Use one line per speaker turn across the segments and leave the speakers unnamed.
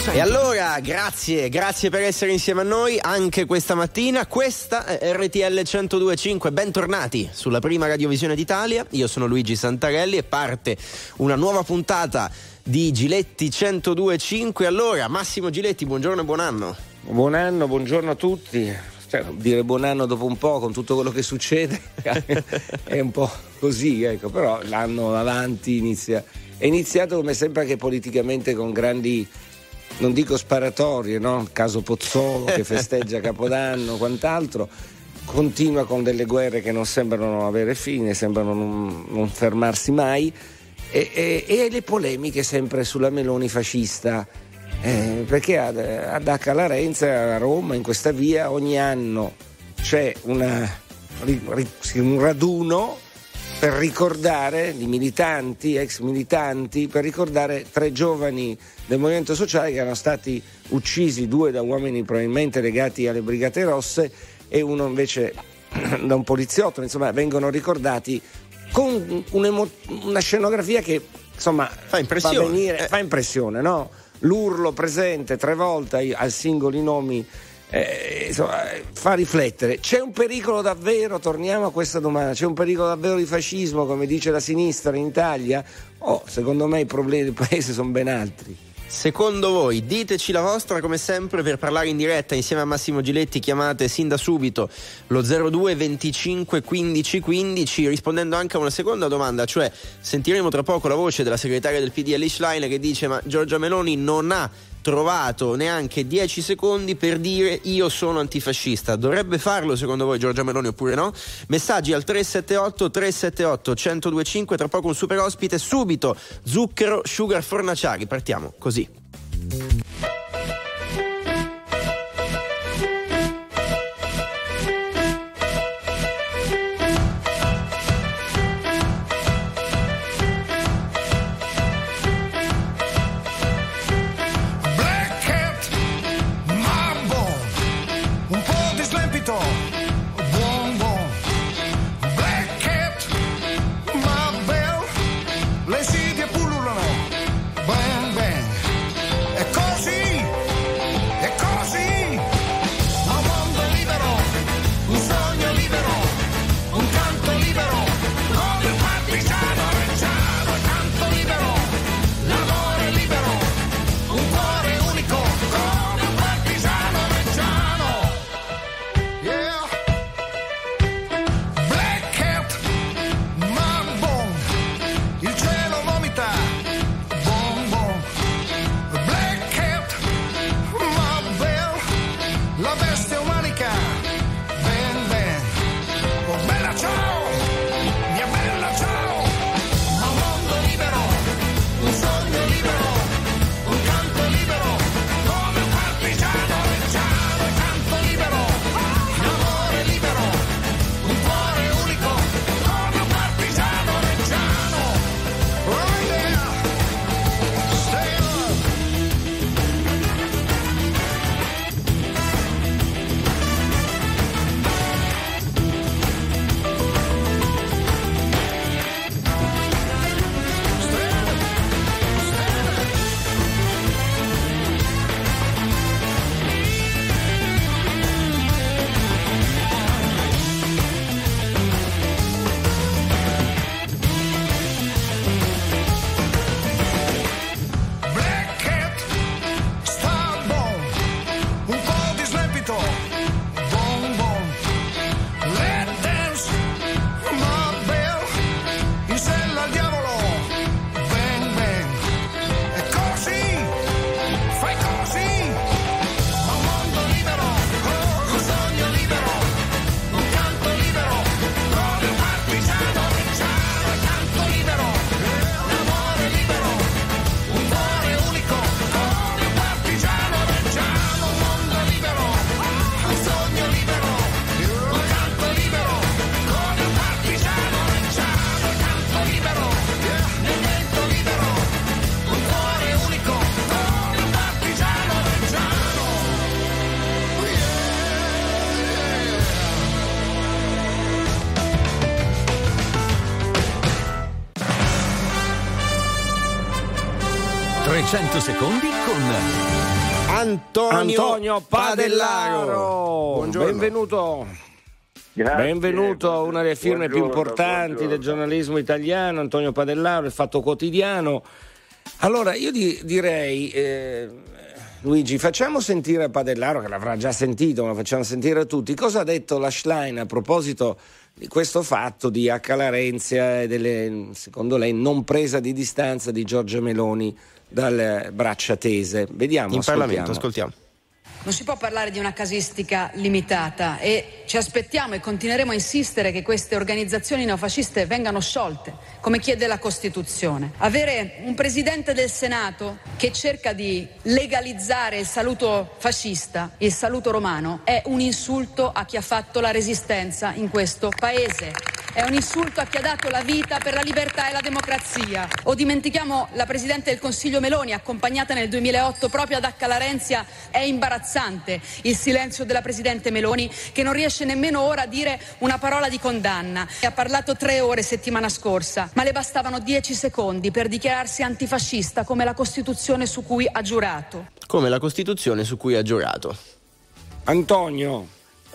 E allora, grazie per essere insieme a noi anche questa mattina. Questa è RTL 102.5, bentornati sulla prima radiovisione d'Italia. Io sono Luigi Santarelli e parte una nuova puntata di Giletti 102.5. Allora, Massimo Giletti, buongiorno e buon anno.
Buon anno, buongiorno a tutti. Cioè, dire buon anno dopo un po', con tutto quello che succede, è un po' così, ecco. Però l'anno avanti è iniziato come sempre anche politicamente con grandi, non dico sparatorie, no? Il caso Pozzolo che festeggia Capodanno, quant'altro, continua con delle guerre che non sembrano avere fine, sembrano non fermarsi mai, e le polemiche sempre sulla Meloni fascista, perché ad Acca Larenza, a Roma, in questa via, ogni anno c'è un raduno per ricordare di militanti, ex militanti, per ricordare 3 giovani del Movimento Sociale che erano stati uccisi, 2 da uomini probabilmente legati alle Brigate Rosse e uno invece da un poliziotto. Insomma, vengono ricordati con una scenografia che insomma
fa impressione,
fa impressione, no? L'urlo presente 3 volte ai singoli nomi, insomma, fa riflettere. C'è un pericolo davvero, torniamo a questa domanda, c'è un pericolo davvero di fascismo, come dice la sinistra in Italia? Secondo me i problemi del paese sono ben altri.
Secondo voi, diteci la vostra, come sempre. Per parlare in diretta insieme a Massimo Giletti chiamate sin da subito lo 02 25 15 15, rispondendo anche a una seconda domanda, cioè sentiremo tra poco la voce della segretaria del PD Elly Schlein che dice: ma Giorgia Meloni non ha trovato neanche 10 secondi per dire io sono antifascista. Dovrebbe farlo secondo voi Giorgia Meloni oppure no? Messaggi al 378 1025, tra poco un super ospite, subito Zucchero, Sugar Fornaciari. Partiamo così.
Le sidie pullulano, bang bang, e 300 secondi con
Antonio Padellaro.
Buongiorno.
Benvenuto.
Grazie,
Benvenuto a una delle firme più importanti del giornalismo italiano, Antonio Padellaro, il Fatto Quotidiano. Allora, io direi, Luigi, facciamo sentire a Padellaro, che l'avrà già sentito, ma lo facciamo sentire a tutti, cosa ha detto la Schlein a proposito di questo fatto di Acca Larenzia e delle, secondo lei, non presa di distanza di Giorgia Meloni dal braccia tese. Vediamo,
in Parlamento, ascoltiamo.
Non si può parlare di una casistica limitata e ci aspettiamo e continueremo a insistere che queste organizzazioni neofasciste vengano sciolte, come chiede la Costituzione. Avere un Presidente del Senato che cerca di legalizzare il saluto fascista, il saluto romano, è un insulto a chi ha fatto la resistenza in questo Paese. È un insulto a chi ha dato la vita per la libertà e la democrazia. O dimentichiamo la Presidente del Consiglio Meloni, accompagnata nel 2008 proprio ad Acca Larenzia. È imbarazzante il silenzio della Presidente Meloni, che non riesce nemmeno ora a dire una parola di condanna. Ha parlato 3 ore settimana scorsa, ma le bastavano 10 secondi per dichiararsi antifascista come la Costituzione su cui ha giurato.
Come la Costituzione su cui ha giurato.
Antonio.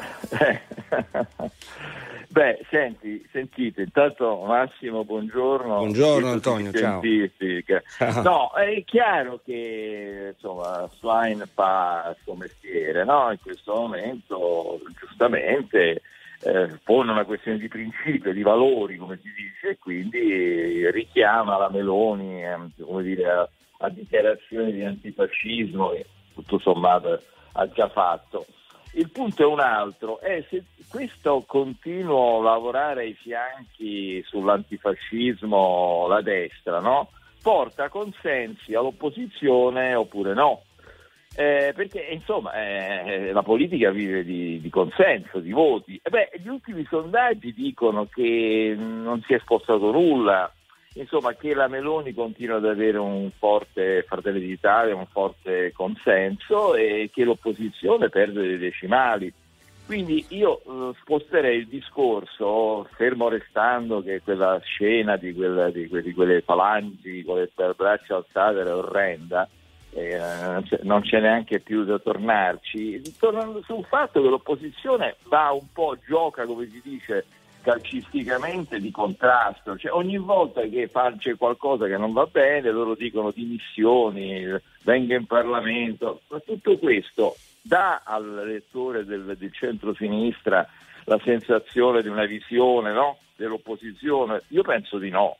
Beh, sentite, intanto Massimo, buongiorno.
Buongiorno Antonio, ciao.
No, è chiaro che insomma Schlein fa il suo mestiere, no? In questo momento, giustamente, pone una questione di principio, di valori, come si dice, e quindi richiama la Meloni, come dire, a dichiarazioni di antifascismo che tutto sommato ha già fatto. Il punto è un altro, è se questo continuo a lavorare ai fianchi sull'antifascismo, la destra, no? Porta consensi all'opposizione oppure no? Perché insomma la politica vive di consenso, di voti. Gli ultimi sondaggi dicono che non si è spostato nulla, insomma che la Meloni continua ad avere un forte, Fratelli d'Italia, un forte consenso, e che l'opposizione perde dei decimali. Quindi io sposterei il discorso, fermo restando che quella scena di quelle falangi con le braccia alzate era orrenda, non c'è neanche più da tornarci, tornando sul fatto che l'opposizione va un po', gioca, come si dice calcisticamente, di contrasto, cioè ogni volta che c'è qualcosa che non va bene loro dicono dimissioni, venga in Parlamento, ma tutto questo dà al lettore del centro-sinistra la sensazione di una visione, no? Dell'opposizione? Io penso di no.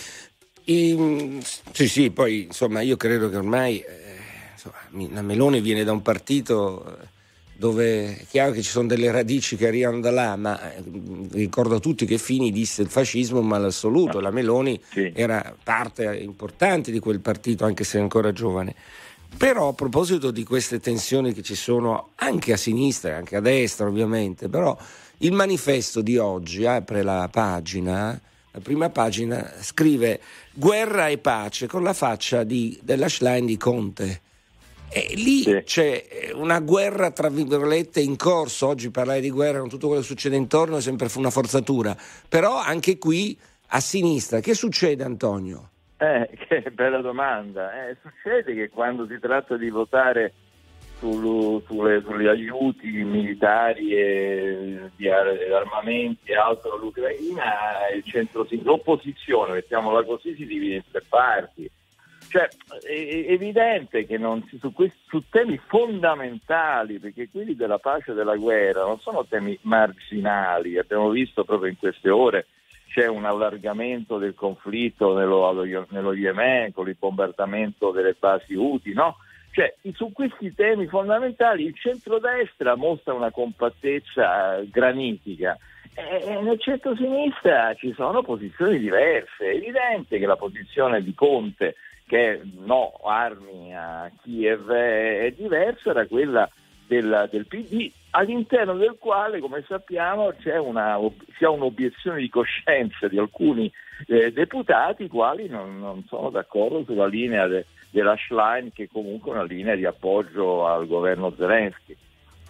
Sì, poi insomma io credo che ormai la Meloni viene da un partito dove è chiaro che ci sono delle radici che arrivano da là, ma ricordo a tutti che Fini disse il fascismo ma l'assoluto, la Meloni era parte importante di quel partito anche se è ancora giovane. Però a proposito di queste tensioni che ci sono anche a sinistra e anche a destra ovviamente, però il manifesto di oggi apre la prima pagina scrive guerra e pace con la faccia della Schlein di Conte. E lì c'è una guerra tra virgolette in corso. Oggi parlare di guerra con tutto quello che succede intorno è sempre una forzatura, però anche qui a sinistra che succede, Antonio?
Che bella domanda. Succede che quando si tratta di votare sugli aiuti militari e di armamenti e altro all'Ucraina, l'opposizione, mettiamola così, si divide in 3 parti. Cioè è evidente che su temi fondamentali, perché quelli della pace e della guerra non sono temi marginali. Abbiamo visto proprio in queste ore c'è un allargamento del conflitto nello Yemen con il bombardamento delle basi Houthi, no? Cioè su questi temi fondamentali il centrodestra mostra una compattezza granitica. Nel centro-sinistra ci sono posizioni diverse. È evidente che la posizione di Conte, che no armi a Kiev, è diversa da quella del PD, all'interno del quale, come sappiamo, si ha un'obiezione di coscienza di alcuni deputati, quali non sono d'accordo sulla linea della Schlein, che comunque è una linea di appoggio al governo Zelensky.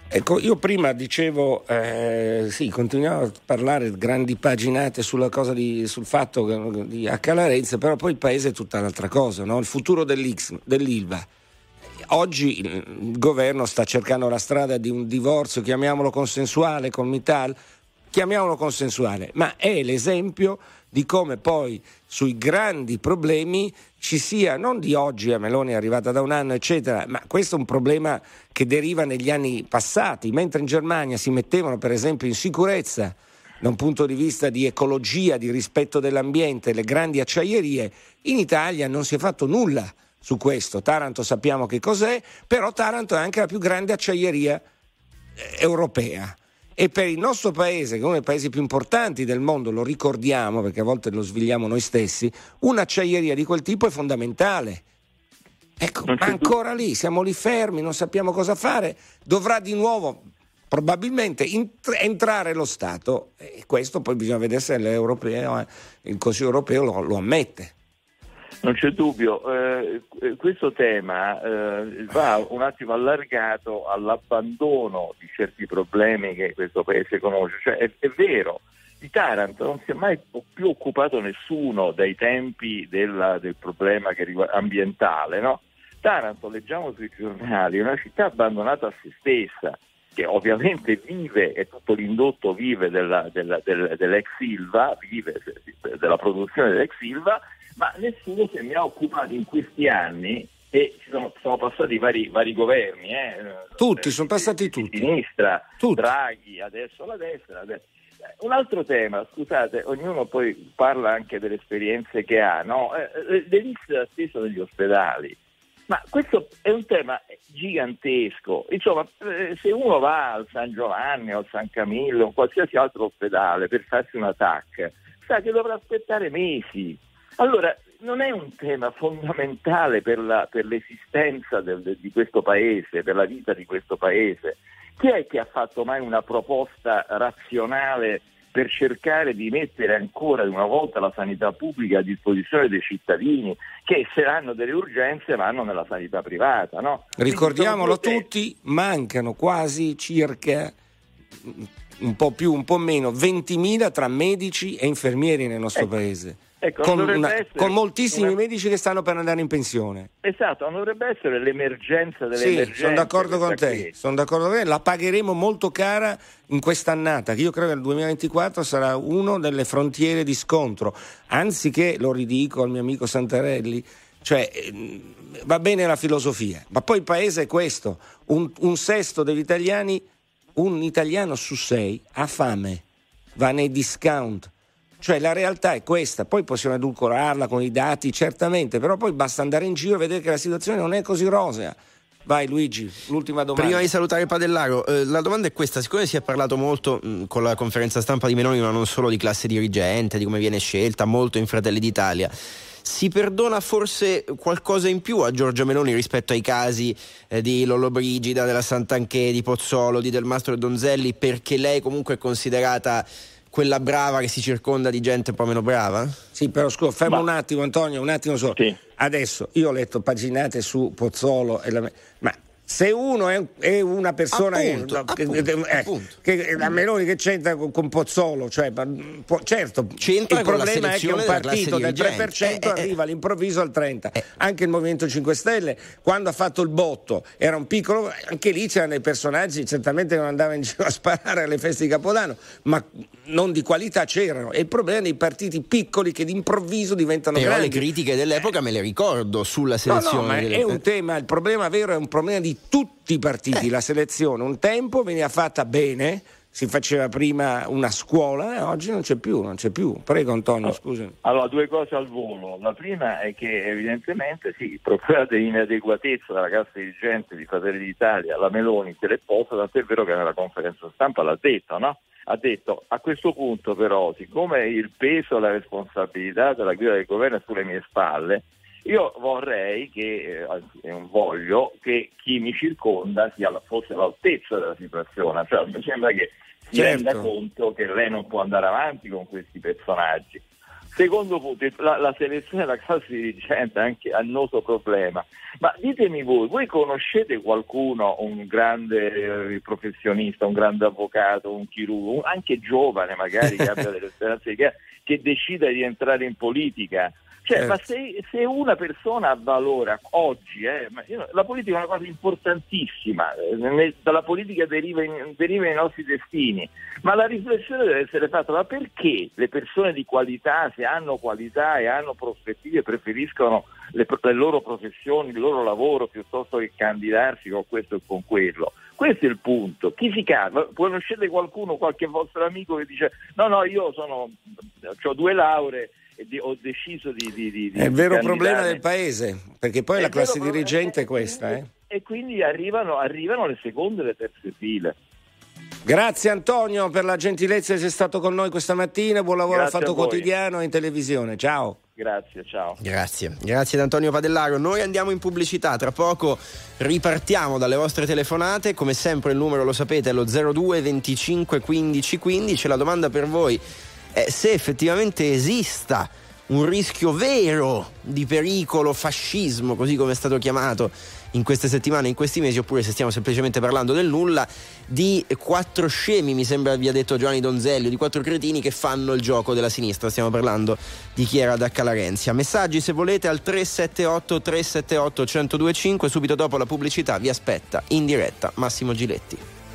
Ecco, io prima dicevo, continuiamo a parlare grandi paginate sulla cosa sul fatto di H. Larenze, però poi il paese è tutta un'altra cosa, no? Il futuro dell'Ilva. Oggi il governo sta cercando la strada di un divorzio, chiamiamolo consensuale, con Mittal, chiamiamolo consensuale, ma è l'esempio di come poi sui grandi problemi ci sia, non di oggi, a Meloni è arrivata da un anno eccetera, ma questo è un problema che deriva negli anni passati, mentre in Germania si mettevano per esempio in sicurezza da un punto di vista di ecologia, di rispetto dell'ambiente, le grandi acciaierie, in Italia non si è fatto nulla su questo. Taranto sappiamo che cos'è, però Taranto è anche la più grande acciaieria europea. E per il nostro paese, che è uno dei paesi più importanti del mondo, lo ricordiamo perché a volte lo svegliamo noi stessi, un'acciaieria di quel tipo è fondamentale. Ecco, ma ancora lì, siamo lì fermi, non sappiamo cosa fare, dovrà di nuovo probabilmente entrare lo Stato, e questo poi bisogna vedere se il Consiglio europeo lo ammette.
Non c'è dubbio, questo tema va un attimo allargato all'abbandono di certi problemi che questo paese conosce, cioè è vero, di Taranto non si è mai più occupato nessuno dai tempi del problema ambientale, no? Taranto, leggiamo sui giornali, è una città abbandonata a se stessa, che ovviamente vive, e tutto l'indotto vive dell'ex Ilva, vive della produzione dell'ex Ilva, ma nessuno se ne ha occupato in questi anni, e sono passati vari governi.
Tutti, sono passati tutti.
Sinistra,
tutti.
Draghi, adesso la destra. Un altro tema, scusate, ognuno poi parla anche delle esperienze che ha, no? Le liste d'attesa degli ospedali. Ma questo è un tema gigantesco. Insomma, se uno va al San Giovanni o al San Camillo o qualsiasi altro ospedale per farsi un TAC, sa che dovrà aspettare mesi. Allora, non è un tema fondamentale per l'esistenza di questo paese, per la vita di questo paese. Chi è che ha fatto mai una proposta razionale per cercare di mettere ancora una volta la sanità pubblica a disposizione dei cittadini, che se hanno delle urgenze vanno nella sanità privata, no?
Ricordiamolo tutti, mancano quasi circa, un po' più, un po' meno, 20.000 tra medici e infermieri nel nostro paese.
Ecco,
con moltissimi medici che stanno per andare in pensione.
Esatto, non dovrebbe essere l'emergenza delle emergenze.
Sì, sono d'accordo con te, la pagheremo molto cara in quest'annata, che io credo che nel 2024 sarà una delle frontiere di scontro, anziché, lo ridico al mio amico Santarelli, cioè va bene la filosofia, ma poi il paese è questo, un sesto degli italiani, un italiano su 6 ha fame, va nei discount. Cioè la realtà è questa, poi possiamo edulcorarla con i dati certamente, però poi basta andare in giro e vedere che la situazione non è così rosea. Vai Luigi, l'ultima domanda.
Prima di salutare Padellaro, la domanda è questa: siccome si è parlato molto con la conferenza stampa di Meloni, ma non solo, di classe dirigente, di come viene scelta, molto in Fratelli d'Italia, si perdona forse qualcosa in più a Giorgia Meloni rispetto ai casi di Lollobrigida, della Santanchè, di Pozzolo, di Del Mastro e Donzelli, perché lei comunque è considerata quella brava che si circonda di gente un po' meno brava?
Sì, però scusa, fermo un attimo Antonio, un attimo solo.
Sì.
Adesso io ho letto paginate su Pozzolo ma se uno è una persona
appunto.
che la Meloni che c'entra con Pozzolo, cioè, certo,
c'entra,
il problema è che un partito del 3% arriva all'improvviso al 30%. Anche il Movimento 5 Stelle, quando ha fatto il botto, era un piccolo, anche lì c'erano dei personaggi certamente che non andavano in giro a sparare alle feste di Capodanno, ma non di qualità c'erano, e il problema è dei partiti piccoli che d'improvviso diventano
però
grandi.
Le critiche dell'epoca me le ricordo sulla selezione.
No, ma è un tema, il problema vero è un problema di tutti i partiti. La selezione un tempo veniva fatta bene, si faceva prima una scuola, e oggi non c'è più. Prego Antonio, scusami.
Allora, due cose al volo. La prima è che evidentemente sì, il problema dell'inadeguatezza della classe dirigente di Fratelli d'Italia, la Meloni se l'è posta, tant'è vero che nella conferenza stampa l'ha detto, no? Ha detto: a questo punto però, siccome il peso e la responsabilità della guida del governo è sulle mie spalle, io vorrei voglio che chi mi circonda fosse all'altezza della situazione, cioè mi sembra che si renda conto che lei non può andare avanti con questi personaggi. Secondo punto, la selezione della classe dirigente è anche annoso problema. Ma ditemi voi conoscete qualcuno, un grande professionista, un grande avvocato, un chirurgo, anche giovane magari che abbia delle speranze, che decida di entrare in politica? Cioè, ma se una persona ha valore oggi, la politica è una cosa importantissima, dalla politica deriva i nostri destini, ma la riflessione deve essere fatta: ma perché le persone di qualità, se hanno qualità e hanno prospettive, preferiscono le loro professioni, il loro lavoro, piuttosto che candidarsi con questo e con quello? Questo è il punto. Chi si cambia? Conoscete qualcuno, qualche vostro amico che dice no, io ho 2 lauree, ho deciso di
è il vero problema del paese, perché poi la classe dirigente è questa.
E quindi arrivano le seconde e le terze file.
Grazie Antonio per la gentilezza di essere stato con noi questa mattina. Buon lavoro al Fatto Quotidiano e in televisione. Ciao.
Grazie, ciao.
Grazie ad Antonio Padellaro. Noi andiamo in pubblicità, tra poco ripartiamo dalle vostre telefonate. Come sempre il numero lo sapete, è lo 02 25 15 15. La domanda per voi è se effettivamente esista un rischio vero di pericolo fascismo, così come è stato chiamato in queste settimane, in questi mesi, oppure se stiamo semplicemente parlando del nulla, di 4 scemi, mi sembra abbia detto Giovanni Donzelli, di 4 cretini che fanno il gioco della sinistra. Stiamo parlando di chi era Dacca Larenzia. Messaggi se volete al 378 378 1025. Subito dopo la pubblicità vi aspetta in diretta Massimo Giletti.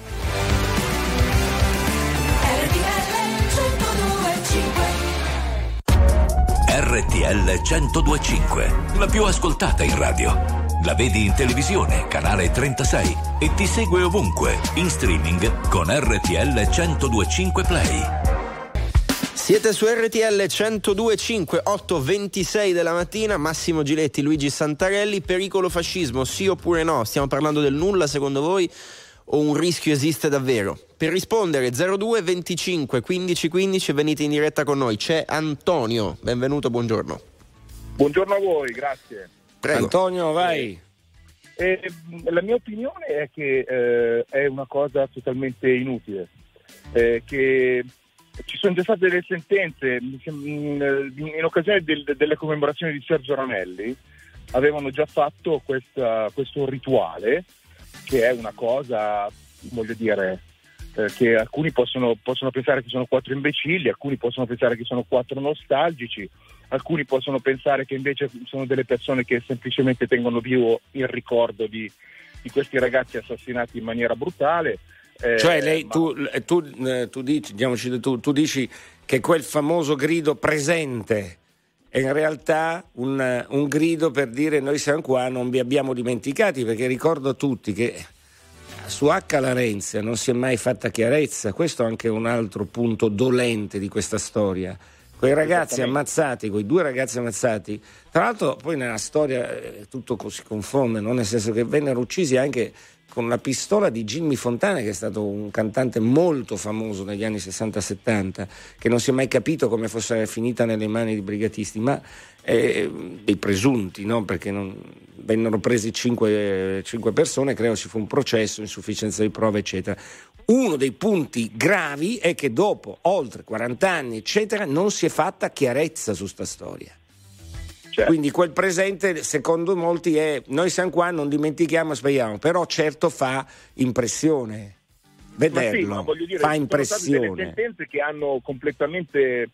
RTL 102.5, la più ascoltata in radio. La vedi in televisione, canale 36, e ti segue ovunque, in streaming con RTL 102.5 Play.
Siete su RTL 102.5, 8:26 della mattina. Massimo Giletti, Luigi Santarelli. Pericolo fascismo, sì oppure no? Stiamo parlando del nulla secondo voi o un rischio esiste davvero? Per rispondere 02 25 15 15 venite in diretta con noi. C'è Antonio, benvenuto, buongiorno.
Buongiorno a voi, grazie.
Prego. Antonio, vai.
La mia opinione è che è una cosa totalmente inutile, che ci sono già state delle sentenze in occasione delle commemorazioni di Sergio Ramelli, avevano già fatto questo rituale, che è una cosa, voglio dire, che alcuni possono pensare che sono 4 imbecilli, alcuni possono pensare che sono 4 nostalgici, alcuni possono pensare che invece sono delle persone che semplicemente tengono vivo il ricordo di questi ragazzi assassinati in maniera brutale.
Cioè tu dici che quel famoso grido presente è in realtà un grido per dire noi siamo qua, non vi abbiamo dimenticati, perché ricordo a tutti che su H. Larenzia non si è mai fatta chiarezza. Questo è anche un altro punto dolente di questa storia. Quei ragazzi ammazzati, quei 2 ragazzi ammazzati, tra l'altro poi nella storia tutto si confonde, no? Nel senso che vennero uccisi anche con la pistola di Jimmy Fontana, che è stato un cantante molto famoso negli anni 60-70, che non si è mai capito come fosse finita nelle mani di brigatisti, ma dei presunti, no? Perché vennero presi 5 persone, credo ci fu un processo, insufficienza di prove, eccetera. Uno dei punti gravi è che dopo oltre 40 anni, eccetera, non si è fatta chiarezza su sta storia. Certo. Quindi quel presente, secondo molti, è noi siamo qua, non dimentichiamo, speriamo, però certo fa impressione vederlo,
ma voglio dire,
fa impressione.
Sono state delle sentenze che hanno completamente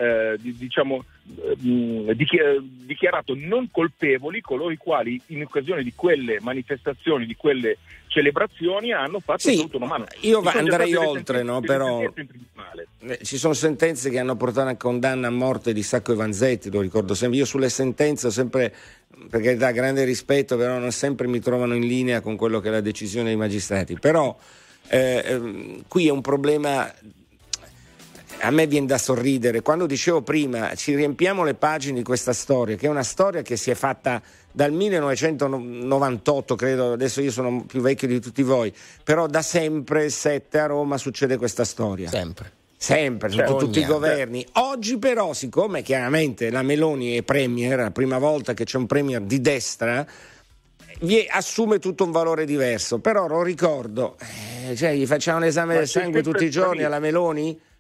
dichiarato non colpevoli coloro i quali in occasione di quelle manifestazioni, di quelle celebrazioni hanno fatto tutto una mano.
Io andrei oltre, no? Però ci sono sentenze che hanno portato a condanna a morte di Sacco e Vanzetti, lo ricordo sempre. Io sulle sentenze ho sempre, perché da grande rispetto, però non sempre mi trovano in linea con quello che è la decisione dei magistrati. Però qui è un problema. A me viene da sorridere quando dicevo prima ci riempiamo le pagine di questa storia, che è una storia che si è fatta dal 1998, credo, adesso io sono più vecchio di tutti voi, però da sempre il 7 a Roma succede questa storia. Sempre, sotto tutti i governi. Oggi però, siccome chiaramente la Meloni è premier, la prima volta che c'è un premier di destra, assume tutto un valore diverso. Però lo ricordo, gli facciamo l'esame del sangue tutti i giorni alla Meloni?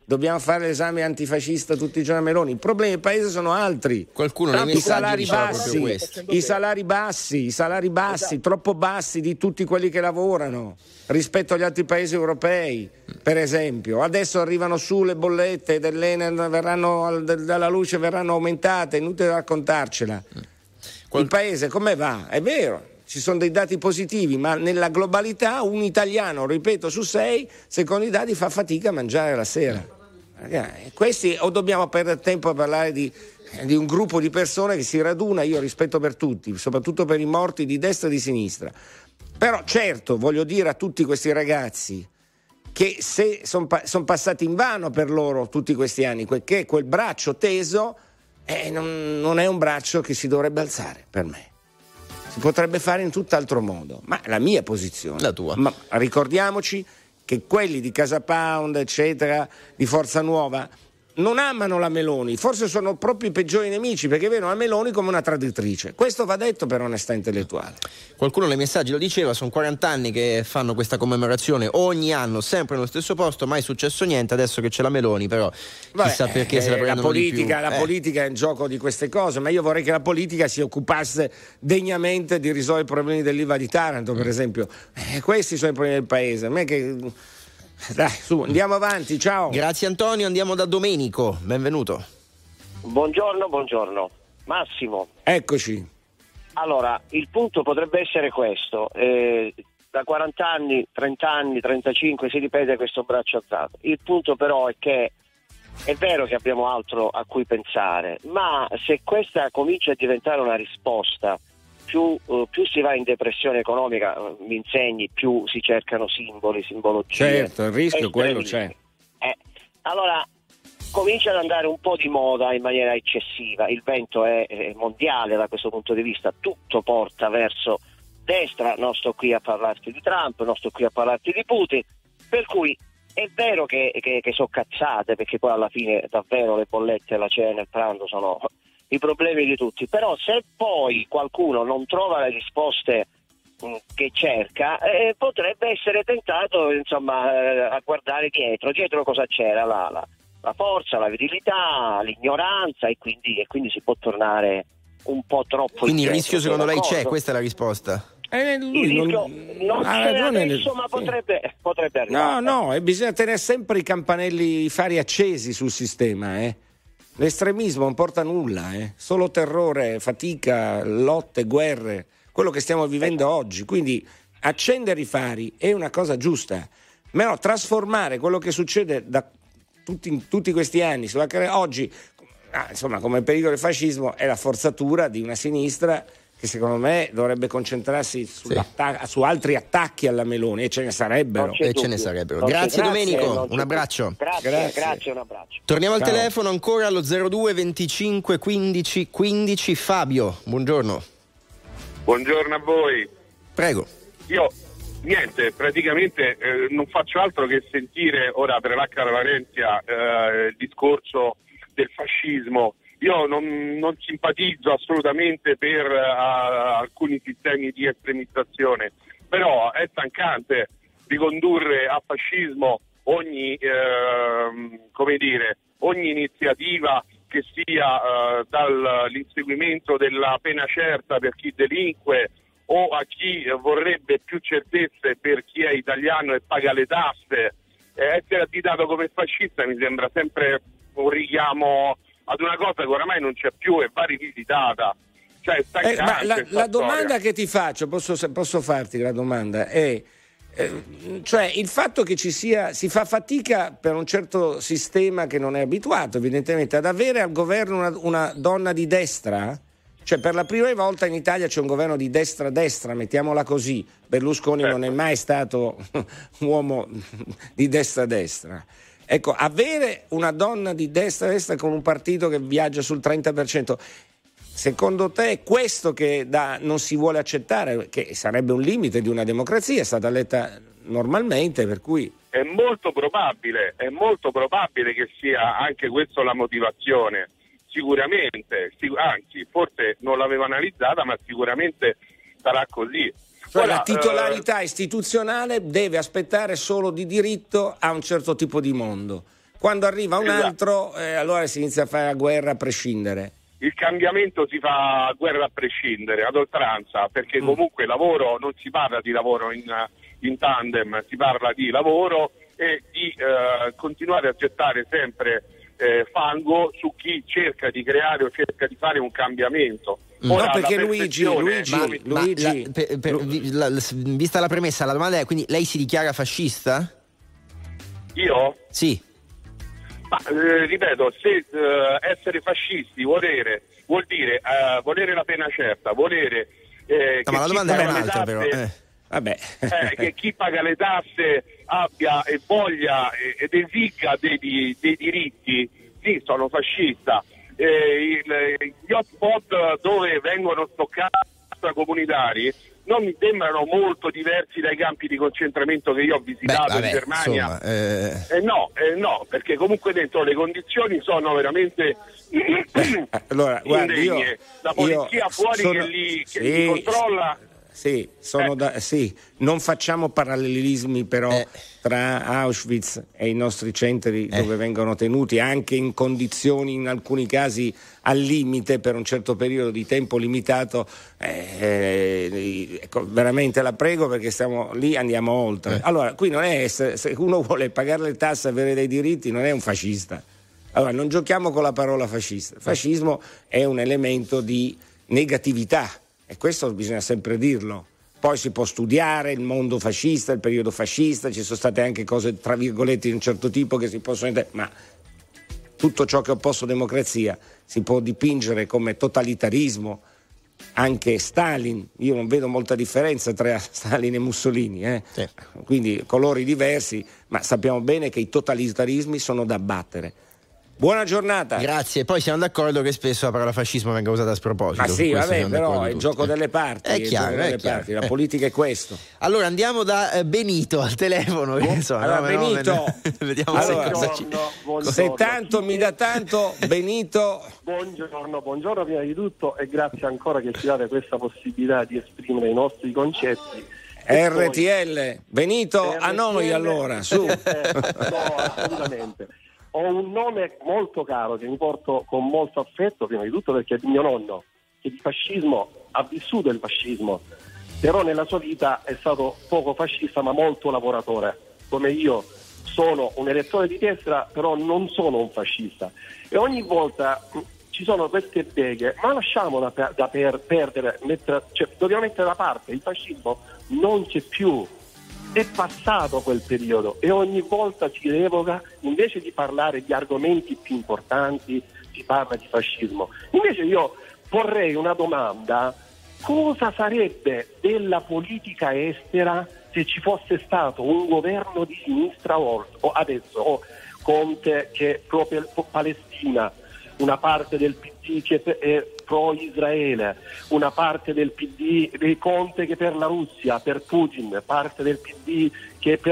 dobbiamo fare l'esame antifascista tutti i giorni a Meloni. I problemi del paese sono altri.
Qualcuno nei messaggi diceva proprio questo.
I salari bassi, troppo bassi di tutti quelli che lavorano rispetto agli altri paesi europei, per esempio. Adesso arrivano su le bollette dell'Enel, dalla luce verranno aumentate, inutile raccontarcela. Il paese come va? È vero, ci sono dei dati positivi, ma nella globalità un italiano, ripeto, su 6, secondo i dati, fa fatica a mangiare la sera. Questi, o dobbiamo perdere tempo a parlare di un gruppo di persone che si raduna? Io rispetto per tutti, soprattutto per i morti di destra e di sinistra, però certo voglio dire a tutti questi ragazzi che se sono passati invano per loro tutti questi anni, che quel braccio teso non è un braccio che si dovrebbe alzare. Per me si potrebbe fare in tutt'altro modo, ma la mia posizione,
la tua.
Ma ricordiamoci che quelli di Casa Pound, eccetera, di Forza Nuova, non amano la Meloni, forse sono proprio i peggiori nemici, perché vedono la Meloni come una traditrice. Questo va detto per onestà intellettuale.
Qualcuno nei messaggi lo diceva, sono 40 anni che fanno questa commemorazione ogni anno, sempre nello stesso posto, mai successo niente. Adesso che c'è la Meloni, però chissà perché se la prendono di più.
La politica è in gioco di queste cose, ma io vorrei che la politica si occupasse degnamente di risolvere i problemi dell'Ilva di Taranto, per esempio. Questi sono i problemi del paese. A me che... Dai, su, andiamo avanti, ciao.
Grazie Antonio, andiamo da Domenico, benvenuto.
Buongiorno. Massimo.
Eccoci.
Allora, il punto potrebbe essere questo, da 40 anni, 30 anni, 35 si ripete questo braccio alzato. Il punto però è che è vero che abbiamo altro a cui pensare, ma se questa comincia a diventare una risposta, più si va in depressione economica, mi insegni, più si cercano simbologie.
Certo, il rischio quello c'è.
Allora comincia ad andare un po' di moda in maniera eccessiva, il vento è mondiale da questo punto di vista, tutto porta verso destra, non sto qui a parlarti di Trump, non sto qui a parlarti di Putin, per cui è vero che sono cazzate, perché poi alla fine davvero le bollette, la cena, il pranzo sono i problemi di tutti, però se poi qualcuno non trova le risposte che cerca, potrebbe essere tentato a guardare dietro cosa c'era, la forza, la virilità, l'ignoranza, e quindi si può tornare un po' troppo.
Quindi il rischio secondo lei c'è, questa è la risposta?
Il rischio non c'è adesso, ma potrebbe arrivare.
No, e bisogna tenere sempre i fari accesi sul sistema, L'estremismo non porta a nulla, solo terrore, fatica, lotte, guerre, quello che stiamo vivendo oggi. Quindi accendere i fari è una cosa giusta, ma no, trasformare quello che succede da tutti questi anni oggi, come il pericolo del fascismo, è la forzatura di una sinistra che secondo me dovrebbe concentrarsi su altri attacchi alla Meloni, e ce ne sarebbero.
Grazie Domenico, un abbraccio.
Grazie, un abbraccio.
Torniamo al telefono ancora allo 02 25 15 15. Fabio, buongiorno.
Buongiorno a voi.
Prego.
Io niente, praticamente non faccio altro che sentire ora per la cara Valencia il discorso del fascismo. Io non simpatizzo assolutamente per alcuni sistemi di estremizzazione, però è stancante ricondurre a fascismo ogni iniziativa che sia dall'inseguimento della pena certa per chi delinque o a chi vorrebbe più certezze per chi è italiano e paga le tasse. Essere additato come fascista mi sembra sempre un richiamo ad una cosa che oramai non c'è più e va rivisitata. Cioè,
ma la domanda che ti faccio, posso farti la domanda, è cioè il fatto che si fa fatica per un certo sistema che non è abituato evidentemente ad avere al governo una donna di destra. Cioè, per la prima volta in Italia c'è un governo di destra, mettiamola così. Berlusconi non è mai stato un uomo di destra. Ecco, avere una donna di destra con un partito che viaggia sul 30%, secondo te è questo che non si vuole accettare, che sarebbe un limite di una democrazia, è stata letta normalmente, per cui...
È molto probabile che sia anche questa la motivazione. Sicuramente, anzi, forse non l'avevo analizzata, ma sicuramente sarà così.
Cioè la titolarità istituzionale deve aspettare solo di diritto a un certo tipo di mondo. Quando arriva un altro, allora si inizia a fare la guerra a prescindere.
Il cambiamento si fa a guerra a prescindere, ad oltranza, perché comunque lavoro, non si parla di lavoro in tandem, si parla di lavoro e di continuare a gettare sempre fango su chi cerca di creare o cerca di fare un cambiamento. Ora,
no, perché Luigi,
vista la premessa, la domanda è: quindi lei si dichiara fascista?
Io?
Sì.
Ma ripeto, se essere fascisti vuol dire volere la pena certa, volere
ma la domanda era un'altra, però.
Vabbè.
Che chi paga le tasse abbia e voglia ed esiga dei diritti, sì, sono fascista. Gli hotspot dove vengono stoccati comunitari non mi sembrano molto diversi dai campi di concentramento che io ho visitato in Germania. Insomma, no, perché comunque dentro le condizioni sono veramente
allora, guardi,
la polizia fuori che li controlla.
Sì, non facciamo parallelismi però tra Auschwitz e i nostri centri dove vengono tenuti anche in condizioni in alcuni casi al limite per un certo periodo di tempo limitato. Veramente la prego, perché stiamo lì, andiamo oltre. Allora, qui non è se uno vuole pagare le tasse e avere dei diritti, non è un fascista. Allora, non giochiamo con la parola fascista. Il fascismo è un elemento di negatività. E questo bisogna sempre dirlo. Poi si può studiare il mondo fascista, il periodo fascista, ci sono state anche cose tra virgolette di un certo tipo che si possono dire, ma tutto ciò che è opposto democrazia si può dipingere come totalitarismo. Anche Stalin, io non vedo molta differenza tra Stalin e Mussolini, Sì. Quindi colori diversi, ma sappiamo bene che i totalitarismi sono da abbattere. Buona giornata.
Grazie. Poi siamo d'accordo che spesso la parola fascismo venga usata a sproposito.
Ma sì, vabbè, però è il gioco delle parti.
È chiaro.
Parti. La politica è questo.
Allora andiamo da Benito al telefono.
Benito,
vediamo
se tanto mi dà tanto. Benito.
Buongiorno prima di tutto, e grazie ancora che ci date questa possibilità di esprimere i nostri concetti.
RTL. Benito, a noi allora, su.
No, assolutamente. Ho un nome molto caro che mi porto con molto affetto, prima di tutto perché è mio nonno, che di fascismo ha vissuto il fascismo, però nella sua vita è stato poco fascista ma molto lavoratore. Come io sono un elettore di destra, però non sono un fascista. E ogni volta ci sono queste beghe, ma lasciamola perdere, dobbiamo mettere da parte, il fascismo non c'è più. È passato quel periodo e ogni volta si revoca, invece di parlare di argomenti più importanti, si parla di fascismo. Invece io porrei una domanda: cosa sarebbe della politica estera se ci fosse stato un governo di sinistra o adesso, Conte che è proprio Palestina, una parte del PD che è pro Israele, una parte del PD dei Conte che è per la Russia, per Putin, parte del PD che è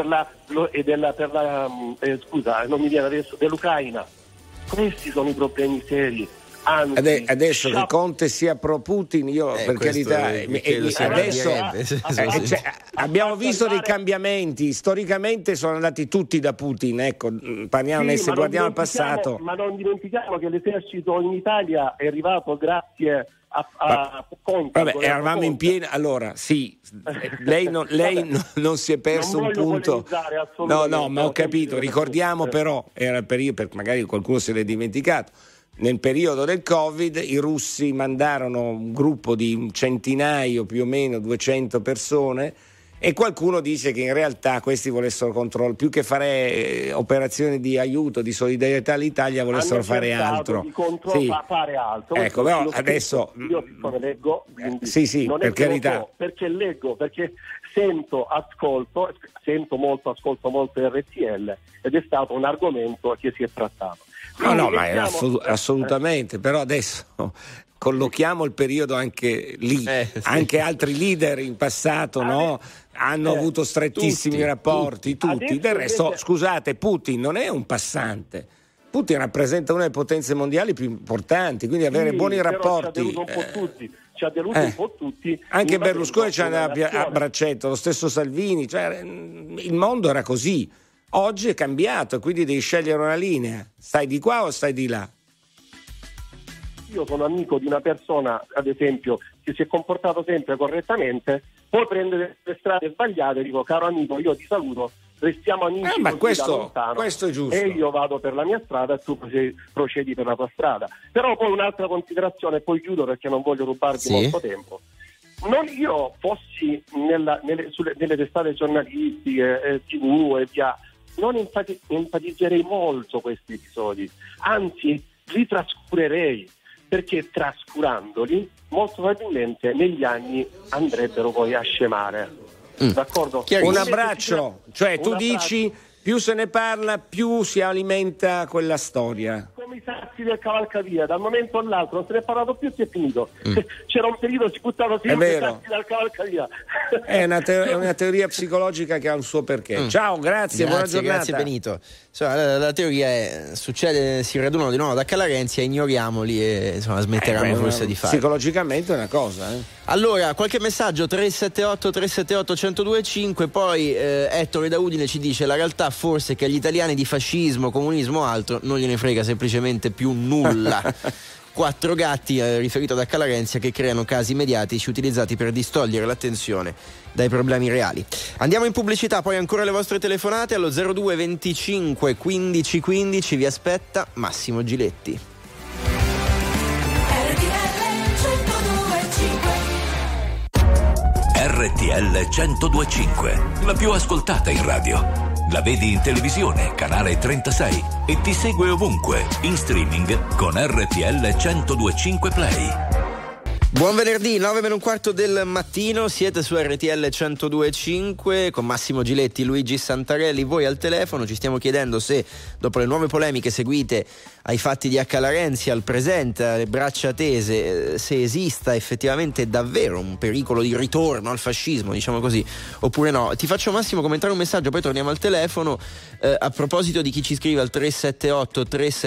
non mi viene adesso, dell'Ucraina. Questi sono i problemi seri. Anzi,
adesso che Conte sia pro Putin, io per carità, adesso abbiamo visto dei cambiamenti, storicamente sono andati tutti da Putin, ecco, parliamo, se guardiamo al passato.
Ma non dimentichiamo che l'esercito in Italia è arrivato grazie a Conte.
Vabbè, eravamo in piena, allora sì, lei non si è perso un punto. No, ma ho capito, ricordiamo però, era il periodo, magari qualcuno se l'è dimenticato. Nel periodo del Covid i russi mandarono un gruppo di un centinaio, più o meno 200 persone, e qualcuno dice che in realtà questi volessero controllare, più che fare operazioni di aiuto, di solidarietà all'Italia, volessero fare altro.
Di fare altro.
Ecco, però adesso
io leggo,
sì,
non
per carità.
Perché leggo, perché sento molto RTL ed è stato un argomento che si è trattato.
No, ma assolutamente, però adesso collochiamo il periodo anche lì, sì. Anche altri leader in passato hanno avuto strettissimi rapporti, tutti. Del resto, scusate, Putin non è un passante. Putin rappresenta una delle potenze mondiali più importanti, quindi avere buoni rapporti.
Ci ha deluso un po' tutti.
Anche Berlusconi ci andava a braccetto, lo stesso Salvini, cioè il mondo era così. Oggi è cambiato, quindi devi scegliere una linea. Stai di qua o stai di là?
Io sono amico di una persona, ad esempio, che si è comportato sempre correttamente, poi prende le strade sbagliate e dico: caro amico, io ti saluto, restiamo amici,
ma
così
questo,
da lontano,
questo è giusto.
e io vado per la mia strada e tu procedi per la tua strada. Però poi un'altra considerazione, e poi chiudo perché non voglio rubarti molto tempo. Non io fossi nelle testate giornalistiche, TV e via, non enfatizzerei molto questi episodi, anzi li trascurerei, perché trascurandoli molto probabilmente negli anni andrebbero poi a scemare. D'accordo?
Un abbraccio, cioè tu dici più se ne parla più si alimenta quella storia.
Come i sassi del cavalcavia, dal momento all'altro non se ne è parlato più, si è finito. C'era un periodo, si buttava sempre i sassi dal cavalcavia.
È una teoria psicologica che ha un suo perché. Ciao, grazie, buona giornata.
Grazie Benito. Insomma, la teoria è: succede, si radunano di nuovo ad Accalarenzia, ignoriamoli e insomma smetteranno forse di fare.
Psicologicamente è una cosa.
Allora, qualche messaggio 378-378-1025, poi Ettore da Udine ci dice: la realtà forse è che agli italiani di fascismo, comunismo o altro non gliene frega semplicemente più nulla. 4 gatti, riferito ad Accalarenzia, che creano casi mediatici utilizzati per distogliere l'attenzione dai problemi reali. Andiamo in pubblicità, poi ancora le vostre telefonate allo 02 25 15 15. Vi aspetta Massimo Giletti.
RTL 102.5, la più ascoltata in radio. La vedi in televisione, canale 36, e ti segue ovunque, in streaming con RTL 102.5 Play.
Buon venerdì, 9:15 del mattino, siete su RTL 102.5 con Massimo Giletti, Luigi Santarelli, voi al telefono. Ci stiamo chiedendo se, dopo le nuove polemiche seguite ai fatti di Accalarenzia, al presente, alle braccia tese, se esista effettivamente davvero un pericolo di ritorno al fascismo, diciamo così, oppure no. Ti faccio, Massimo, commentare un messaggio, poi torniamo al telefono, a proposito di chi ci scrive al 378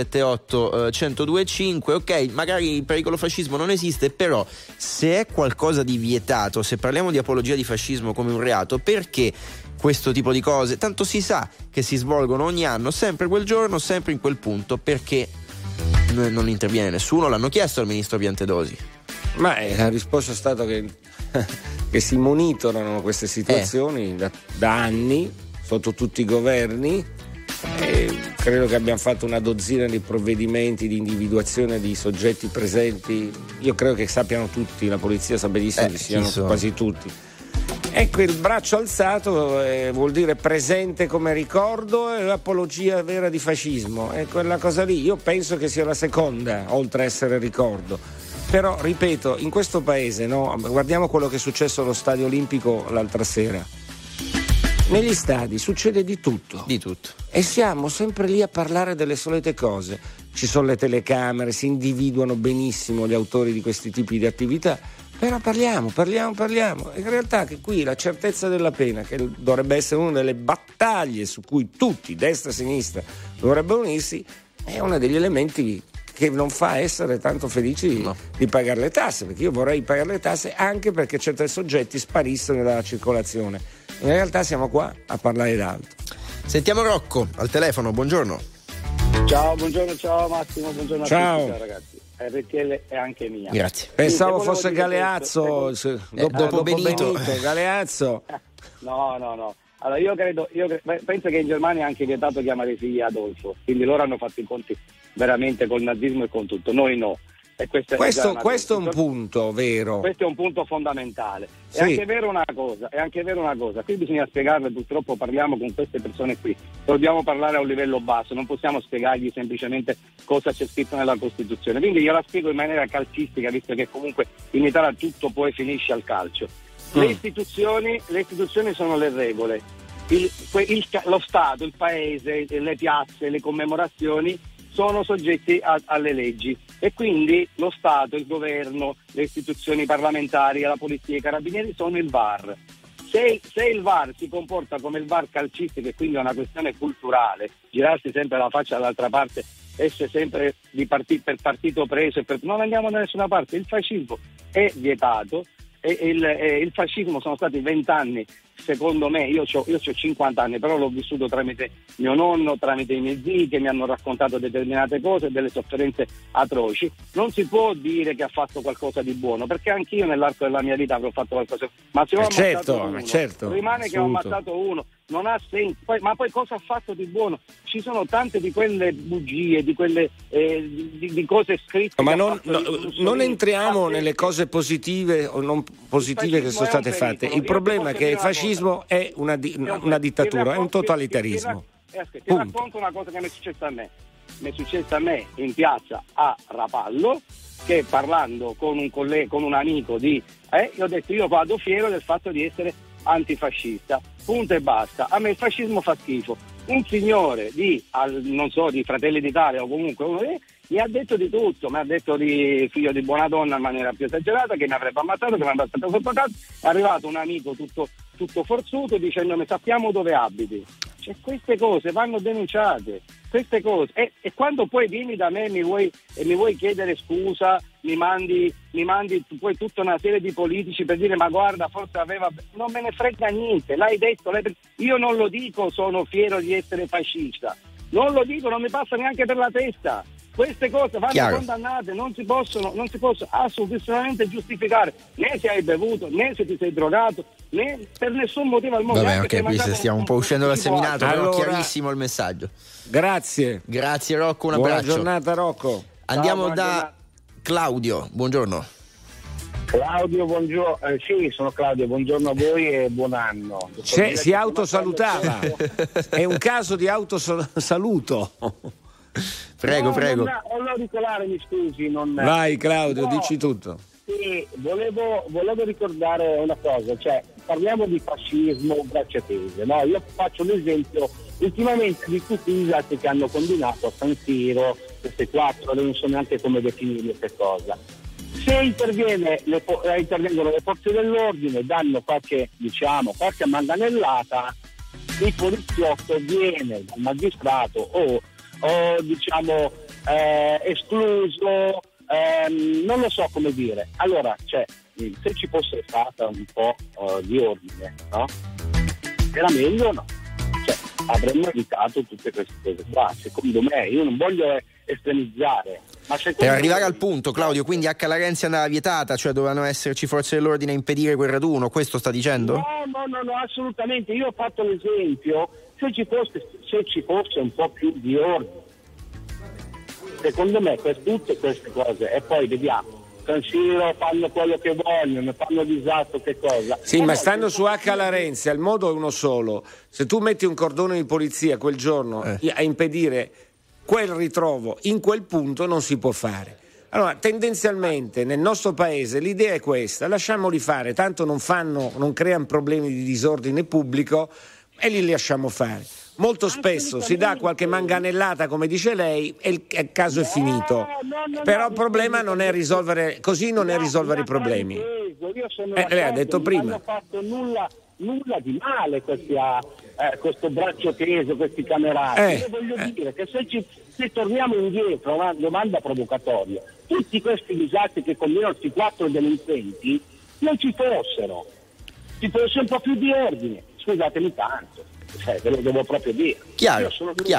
378 1025. Ok, magari il pericolo fascismo non esiste, però se è qualcosa di vietato, se parliamo di apologia di fascismo come un reato, perché questo tipo di cose, tanto si sa che si svolgono ogni anno, sempre quel giorno, sempre in quel punto, perché non interviene nessuno? L'hanno chiesto al ministro Piantedosi.
Ma la risposta è stata che si monitorano queste situazioni da anni, sotto tutti i governi, e credo che abbiamo fatto una dozzina di provvedimenti di individuazione di soggetti presenti. Io credo che sappiano tutti, la polizia sa benissimo che siano quasi tutti. Ecco, il braccio alzato vuol dire presente come ricordo e l'apologia vera di fascismo. È quella cosa lì. Io penso che sia la seconda, oltre a essere ricordo. Però, ripeto, in questo paese, no? Guardiamo quello che è successo allo Stadio Olimpico l'altra sera. Negli stadi succede di tutto.
Di tutto.
E siamo sempre lì a parlare delle solite cose. Ci sono le telecamere, si individuano benissimo gli autori di questi tipi di attività. Però parliamo. E in realtà che qui la certezza della pena, che dovrebbe essere una delle battaglie su cui tutti, destra e sinistra, dovrebbero unirsi, è uno degli elementi che non fa essere tanto felici di pagare le tasse, perché io vorrei pagare le tasse anche perché certi soggetti sparissero dalla circolazione. In realtà siamo qua a parlare d'altro.
Sentiamo Rocco al telefono, buongiorno.
Ciao, buongiorno, ciao Massimo, buongiorno a tutti, ciao ragazzi. RTL è anche mia.
Grazie.
Pensavo fosse Galeazzo, dopo Benito. Galeazzo.
No. Allora io penso che in Germania è anche vietato chiamare i figli Adolfo, quindi loro hanno fatto i conti veramente col nazismo e con tutto, noi no. E questo
è un punto vero.
Questo è un punto fondamentale.
Sì.
È anche vero una cosa, qui bisogna spiegarle, purtroppo parliamo con queste persone qui, dobbiamo parlare a un livello basso, non possiamo spiegargli semplicemente cosa c'è scritto nella Costituzione, quindi io la spiego in maniera calcistica, visto che comunque in Italia tutto poi finisce al calcio. Le istituzioni sono le regole, lo Stato, il paese, le piazze, le commemorazioni sono soggetti alle leggi e quindi lo Stato, il governo, le istituzioni parlamentari, la polizia, i carabinieri sono il VAR. Se il VAR si comporta come il VAR calcistico e quindi è una questione culturale, girarsi sempre la faccia dall'altra parte, essere sempre per partito preso, non andiamo da nessuna parte, il fascismo è vietato il fascismo sono stati 20 anni, secondo me, io ho 50 anni, però l'ho vissuto tramite mio nonno, tramite i miei zii che mi hanno raccontato determinate cose, delle sofferenze atroci. Non si può dire che ha fatto qualcosa di buono, perché anch'io nell'arco della mia vita avrò fatto qualcosa, ma se ho ammazzato uno, rimane
assoluto.
che ho ammazzato uno, non ha senso. Ma poi cosa ha fatto di buono? Ci sono tante di quelle bugie, di quelle di cose scritte.
Ma non entriamo nelle cose positive o non positive che sono state fatte. Il problema è che il fascismo è una dittatura, è un totalitarismo.
Ti racconto una cosa che mi è successa a me. Mi è successa a me in piazza a Rapallo, che parlando con un amico io ho detto: io vado fiero del fatto di essere antifascista, punto e basta. A me il fascismo fa schifo. Un signore di Fratelli d'Italia o comunque uno mi ha detto di tutto, mi ha detto di figlio di buona donna in maniera più esagerata, che mi avrebbe ammazzato, che mi avrebbe stato sottocato. È arrivato un amico tutto forzuto dicendomi: sappiamo dove abiti. Cioè, queste cose vanno denunciate, queste cose, e quando poi vieni da me mi vuoi chiedere scusa, mi mandi poi tutta una serie di politici per dire: ma guarda, forse non me ne frega niente, l'hai detto, io non lo dico, sono fiero di essere fascista, non lo dico, non mi passa neanche per la testa. Queste cose vanno condannate, non si possono assolutamente giustificare, né se hai bevuto, né se ti sei drogato, né per nessun motivo al mondo.
Vabbè, ok, qui stiamo un po' uscendo dal seminato, però chiarissimo il messaggio.
Grazie
Rocco, un abbraccio.
Buona giornata Rocco.
Andiamo da Claudio, buongiorno.
Claudio, buongiorno. Sì, sono Claudio, buongiorno a voi e buon anno.
Si autosalutava. È un caso di autosaluto.
Prego.
Non auricolare, mi scusi.
Vai Claudio, dici tutto.
Sì, volevo ricordare una cosa, cioè parliamo di fascismo bracciatese, no? Io faccio l'esempio ultimamente di tutti i disastri che hanno combinato a San Siro, queste 4, non so neanche come definire che cosa. Se intervengono le forze dell'ordine, danno qualche manganellata, il poliziotto viene dal magistrato o escluso, non lo so come dire. Allora, se ci fosse stata un po' di ordine, no? Era meglio, no? Avremmo evitato tutte queste cose qua, secondo me. Io non voglio estremizzare, ma
per arrivare al punto, Claudio, quindi a Calarenzi andava vietata, cioè dovevano esserci forze dell'ordine a impedire quel raduno, questo sta dicendo?
No, assolutamente. Io ho fatto l'esempio, se ci fosse un po' più di ordine, secondo me, per tutte queste cose, e poi vediamo. San Siro fanno quello che vogliono, fanno disastro, che cosa.
Sì, ma stando su H. Larenzi, il modo è uno solo. Se tu metti un cordone di polizia quel giorno a impedire quel ritrovo in quel punto, non si può fare. Allora, tendenzialmente nel nostro paese l'idea è questa: lasciamoli fare, tanto non creano problemi di disordine pubblico e li lasciamo fare. Molto spesso si dà qualche manganellata, come dice lei, e il caso è finito. Però il problema non è risolvere così, non è risolvere i problemi. Lei ha detto prima.
Non hanno fatto nulla di male questo braccio teso, questi camerati. Io voglio dire che se torniamo indietro, una domanda provocatoria, tutti questi disastri che combinano questi 4 delinquenti non ci fossero. Ci fosse un po' più di ordine. Scusatemi tanto. Ve lo devo proprio dire.
Chiaro.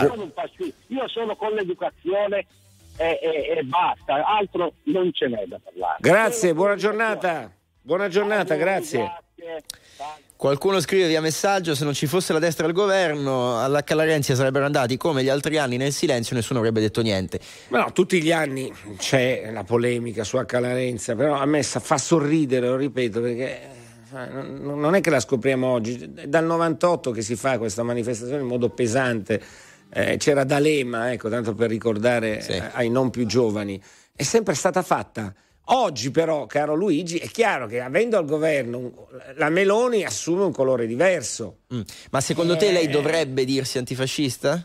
Io sono con l'educazione e basta, altro non ce n'è da parlare.
Grazie, buona giornata, grazie.
Qualcuno scrive via messaggio: se non ci fosse la destra al governo, alla Calarenzi sarebbero andati come gli altri anni nel silenzio, nessuno avrebbe detto niente.
No, tutti gli anni c'è la polemica su Calarenzi, però a me fa sorridere, lo ripeto, perché non è che la scopriamo oggi, è dal 98 che si fa questa manifestazione in modo pesante. C'era D'Alema, tanto per ricordare ai non più giovani, è sempre stata fatta. Oggi però, caro Luigi, è chiaro che avendo al governo la Meloni assume un colore diverso.
Ma secondo te lei dovrebbe dirsi antifascista?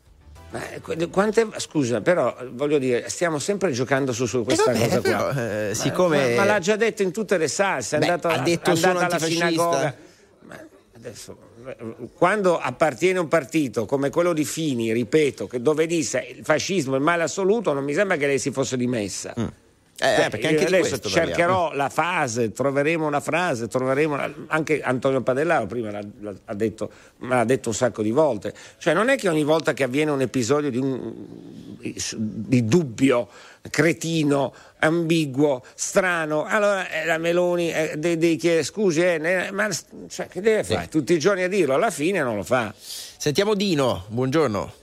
Scusa, però voglio dire, stiamo sempre giocando su questa cosa qua.
Però, siccome
ma l'ha già detto in tutte le salse,
ha detto sono
alla sinagoga. Adesso, quando appartiene a un partito come quello di Fini, ripeto, che dove disse il fascismo è il male assoluto, non mi sembra che lei si fosse dimessa.
perché anche di
adesso
questo
cercherò la frase, troveremo anche Antonio Padellaro prima l'ha detto un sacco di volte, cioè non è che ogni volta che avviene un episodio di dubbio, cretino, ambiguo, strano, allora la Meloni devi chiedere scusi, ma cioè, che deve fare? Tutti i giorni a dirlo, alla fine non lo fa.
Sentiamo Dino, buongiorno.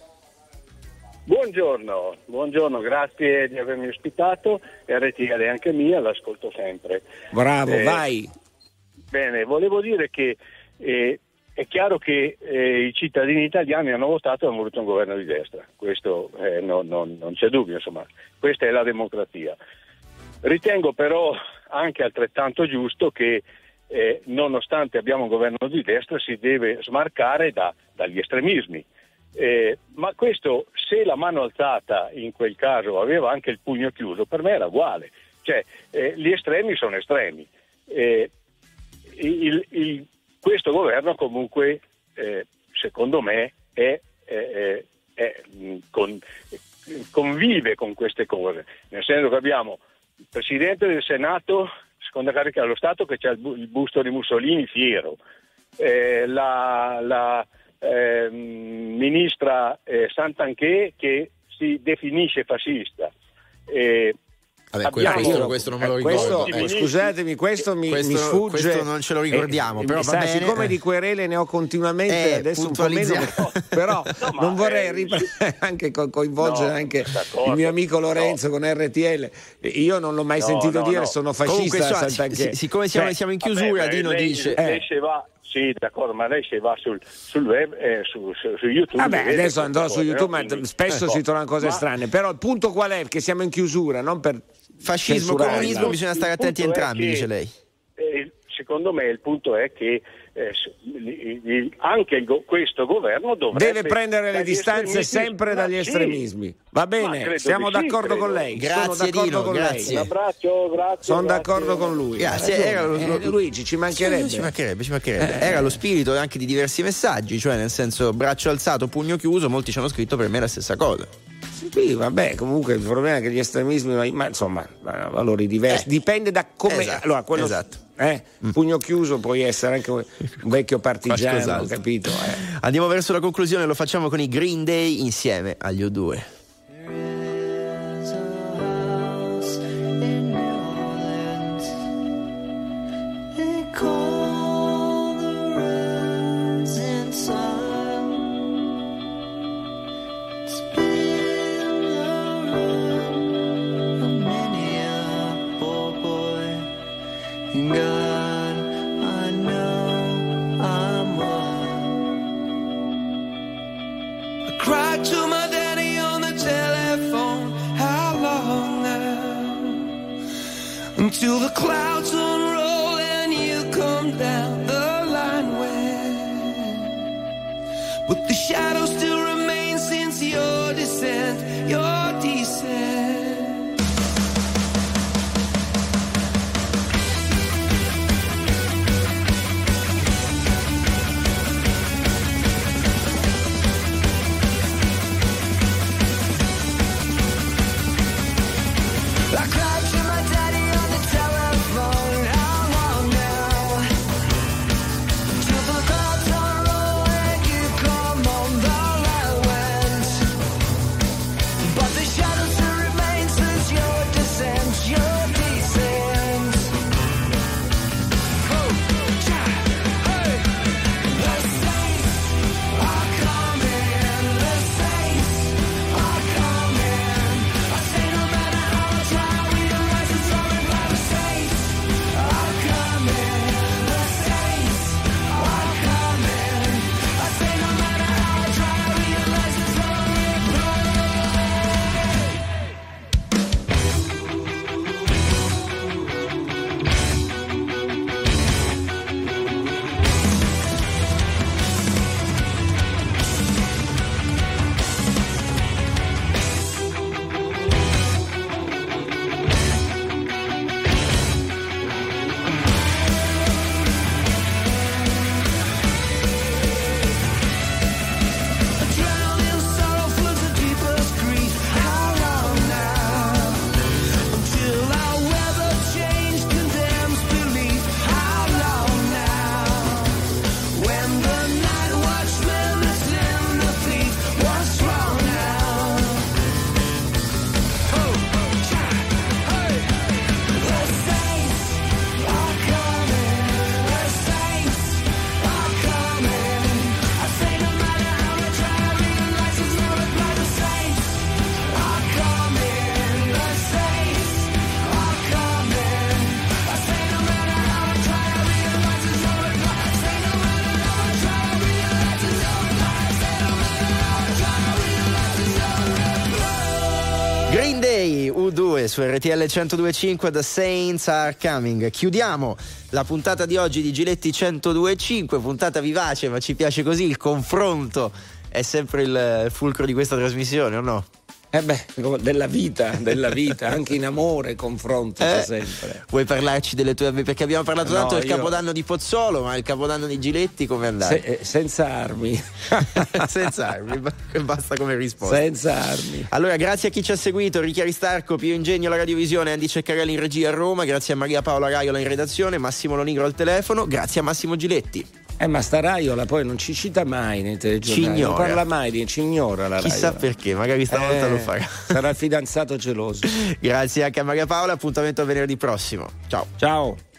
Buongiorno, grazie di avermi ospitato. RTL anche mia, l'ascolto sempre.
Bravo, vai.
Bene, volevo dire che è chiaro che i cittadini italiani hanno votato e hanno voluto un governo di destra, questo non c'è dubbio, insomma, questa è la democrazia. Ritengo però anche altrettanto giusto che nonostante abbiamo un governo di destra si deve smarcare dagli estremismi. Ma questo, se la mano alzata in quel caso aveva anche il pugno chiuso, per me era uguale, cioè gli estremi sono estremi. Questo governo comunque secondo me convive con queste cose, nel senso che abbiamo il Presidente del Senato, seconda carica dello Stato, che c'ha il busto di Mussolini fiero, la ministra Santanchè che si definisce fascista.
Questo non me lo ricordo.
Scusatemi, questo mi sfugge.
Questo non ce lo ricordiamo, però va bene.
Siccome di querele ne ho continuamente, adesso un po' meno, però non vorrei anche coinvolgere anche il mio amico Lorenzo con RTL. Io non l'ho mai sentito dire sono fascista.
Comunque, siccome siamo in chiusura, Dino dice.
Lei se va. Sì, d'accordo, ma lei se va sul web, su YouTube.
Adesso andrò su YouTube, ma spesso si trovano cose strane. Però il punto qual è? Che siamo in chiusura, non per
fascismo, comunismo, bisogna stare attenti entrambi, dice lei.
Secondo me il punto è che anche questo governo
deve prendere le distanze sempre dagli estremismi. Va bene, siamo d'accordo con lei.
Grazie Dino, grazie.
Un abbraccio, grazie.
Sono d'accordo con lui.
Grazie.
Luigi, ci mancherebbe.
Ci mancherebbe. Era lo spirito anche di diversi messaggi, cioè nel senso braccio alzato, pugno chiuso, molti ci hanno scritto per me la stessa cosa.
Sì, vabbè, comunque il problema è che gli estremismi, ma insomma, valori diversi, dipende da come.
Esatto,
allora, quello, pugno chiuso puoi essere anche un vecchio partigiano, capito?
Andiamo verso la conclusione, lo facciamo con i Green Day insieme agli O2.
Until the clouds unroll and you come down the line where, but the shadow still remains since your descent, your descent. I cried to my daddy on the telephone.
2 su RTL 102.5, The Saints Are Coming. Chiudiamo la puntata di oggi di Giletti 102.5, puntata vivace, ma ci piace così, il confronto è sempre il fulcro di questa trasmissione, o no?
Della vita, anche in amore, confronto sempre.
Vuoi parlarci delle tue perché abbiamo parlato tanto del Capodanno di Pozzolo, ma il Capodanno di Giletti come è andato?
Senza armi.
Senza armi, basta come risposta.
Senza armi.
Allora, grazie a chi ci ha seguito: Ricchi Aristarco, Pio Ingegno alla radiovisione, Andy Ceccarelli in regia a Roma, grazie a Maria Paola Raiola in redazione, Massimo Lonigro al telefono, grazie a Massimo Giletti.
Ma sta Raiola poi non ci cita mai nei telegiornali, non parla mai, ci ignora la Raiola.
Chissà perché, magari stavolta lo farà.
Sarà il fidanzato geloso.
Grazie anche a Maria Paola, appuntamento a venerdì prossimo. Ciao.
Ciao.